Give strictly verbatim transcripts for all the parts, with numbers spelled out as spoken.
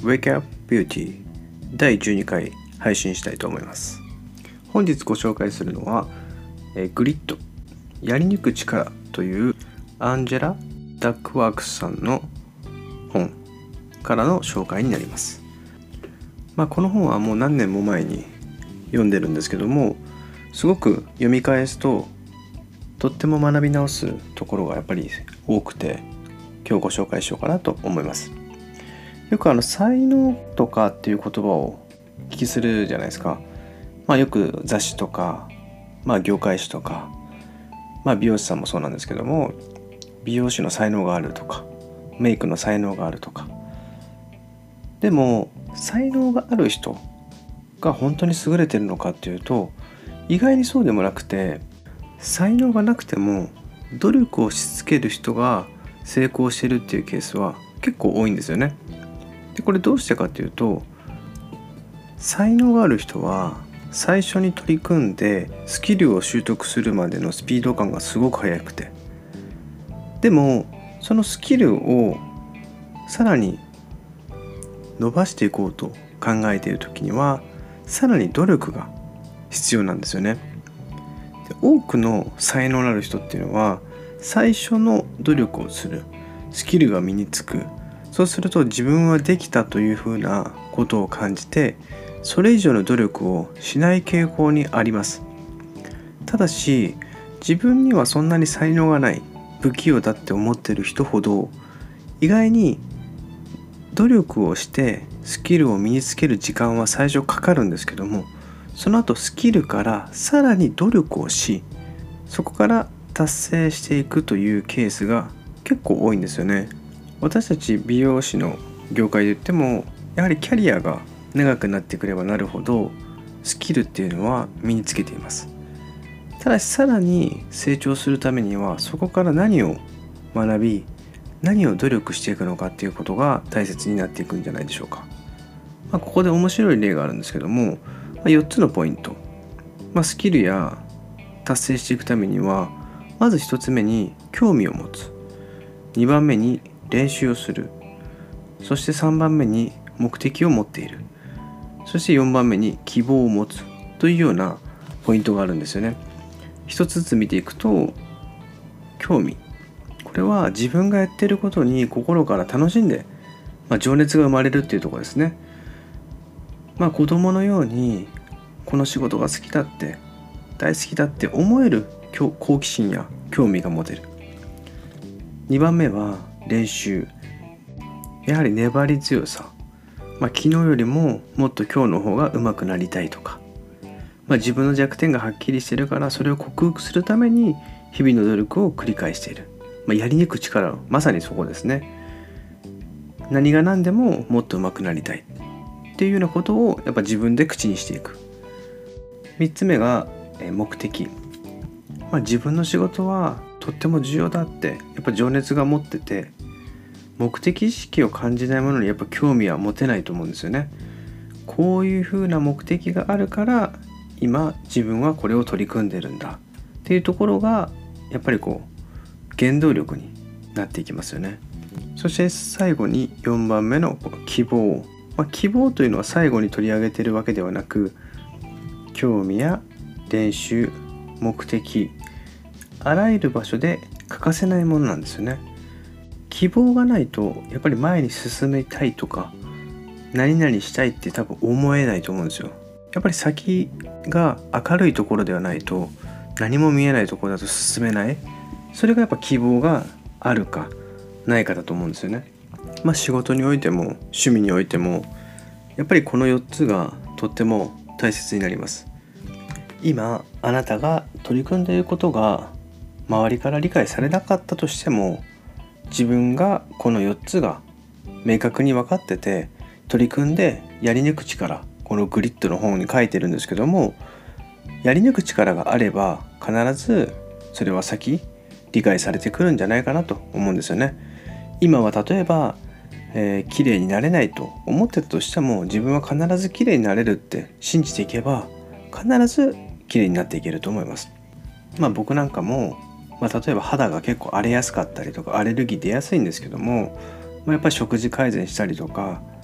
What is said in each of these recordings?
Wake Up Beauty だいじゅうにかい配信したいと思います。本日ご紹介するのは、えー、グリッドやり抜く力というアンジェラ・ダックワークスさんの本からの紹介になります。まあ、この本はもう何年も前に読んでるんですけども、すごく読み返すととっても学び直すところがやっぱり多くて、今日ご紹介しようかなと思います。よくあの才能とかっていう言葉を聞きするじゃないですか。まあよく雑誌とか、まあ業界誌とか、まあ美容師さんもそうなんですけども、美容師の才能があるとか、メイクの才能があるとか。でも才能がある人が本当に優れてるのかっていうと、意外にそうでもなくて、才能がなくても努力をし続ける人が成功してるっていうケースは結構多いんですよね。でこれどうしてかっていうと、才能がある人は最初に取り組んでスキルを習得するまでのスピード感がすごく速くて、でもそのスキルをさらに伸ばしていこうと考えている時にはさらに努力が必要なんですよね。で多くの才能のある人っていうのは最初の努力をする、スキルが身につく、そうすると自分はできたというふうなことを感じて、それ以上の努力をしない傾向にあります。ただし自分にはそんなに才能がない、不器用だって思っている人ほど意外に努力をしてスキルを身につける時間は最初かかるんですけども、その後スキルからさらに努力をし、そこから達成していくというケースが結構多いんですよね。私たち美容師の業界で言っても、やはりキャリアが長くなってくればなるほどスキルっていうのは身につけています。ただしさらに成長するためには、そこから何を学び何を努力していくのかっていうことが大切になっていくんじゃないでしょうか。まあ、ここで面白い例があるんですけども、まあ、よっつのポイント、まあ、スキルや達成していくためには、まずひとつめに興味を持つ、にばんめに練習をする、そしてさんばんめに目的を持っている、そしてよんばんめに希望を持つというようなポイントがあるんですよね。一つずつ見ていくと、興味、これは自分がやっていることに心から楽しんで、まあ、情熱が生まれるっていうところですね。まあ子供のようにこの仕事が好きだって、大好きだって思える好奇心や興味が持てる。にばんめは練習、やはり粘り強さ、まあ、昨日よりももっと今日の方が上手くなりたいとか、まあ、自分の弱点がはっきりしてるから、それを克服するために日々の努力を繰り返している、まあ、やり抜く力、まさにそこですね。何が何でももっと上手くなりたいっていうようなことをやっぱ自分で口にしていく。みっつめが目的、まあ、自分の仕事はとっても重要だってやっぱ情熱が持ってて、目的意識を感じないものにやっぱ興味は持てないと思うんですよね。こういうふうな目的があるから今自分はこれを取り組んでるんだっていうところがやっぱりこう原動力になっていきますよね。そして最後によんばんめのこの希望、まあ、希望というのは最後に取り上げているわけではなく、興味や練習、目的、あらゆる場所で欠かせないものなんですよね。希望がないとやっぱり前に進めたいとか何々したいって多分思えないと思うんですよ。やっぱり先が明るいところではないと、何も見えないところだと進めない。それがやっぱ希望があるかないかだと思うんですよね。まあ仕事においても趣味においてもやっぱりこのよっつがとっても大切になります。今あなたが取り組んでいることが周りから理解されなかったとしても、自分がこのよっつが明確に分かってて取り組んでやり抜く力、このグリッドの本に書いてるんですけども、やり抜く力があれば必ずそれは先理解されてくるんじゃないかなと思うんですよね。今は例えば、えー、綺麗になれないと思ってたとしても、自分は必ず綺麗になれるって信じていけば必ず綺麗になっていけると思います。まあ僕なんかも、まあ、例えば肌が結構荒れやすかったりとかアレルギー出やすいんですけども、まあ、やっぱり食事改善したりとか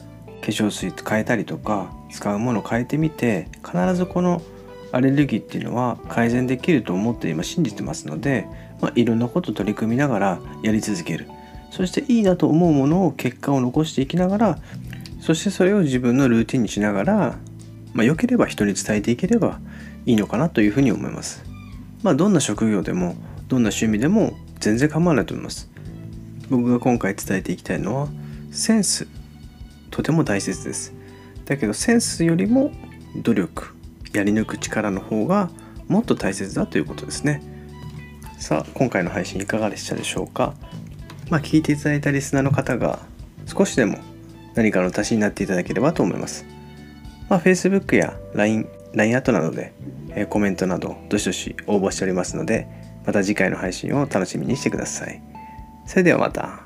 粧水変えたりとか使うものを変えてみて、必ずこのアレルギーっていうのは改善できると思って今信じてますので、まあ、いろんなこと取り組みながらやり続ける。そしていいなと思うものを結果を残していきながら、そしてそれを自分のルーティンにしながら、まあ、良ければ人に伝えていければいいのかなというふうに思います。まあどんな職業でもどんな趣味でも全然構わないと思います。僕が今回伝えていきたいのは、センスとても大切です。だけどセンスよりも努力、やり抜く力の方がもっと大切だということですね。さあ今回の配信いかがでしたでしょうか。まあ聞いていただいたリスナーの方が少しでも何かの足しになっていただければと思います。まあ Facebook や ライン、ライン アットなどで、えー、コメントなどどしどし応募しておりますので、また次回の配信を楽しみにしてください。それではまた。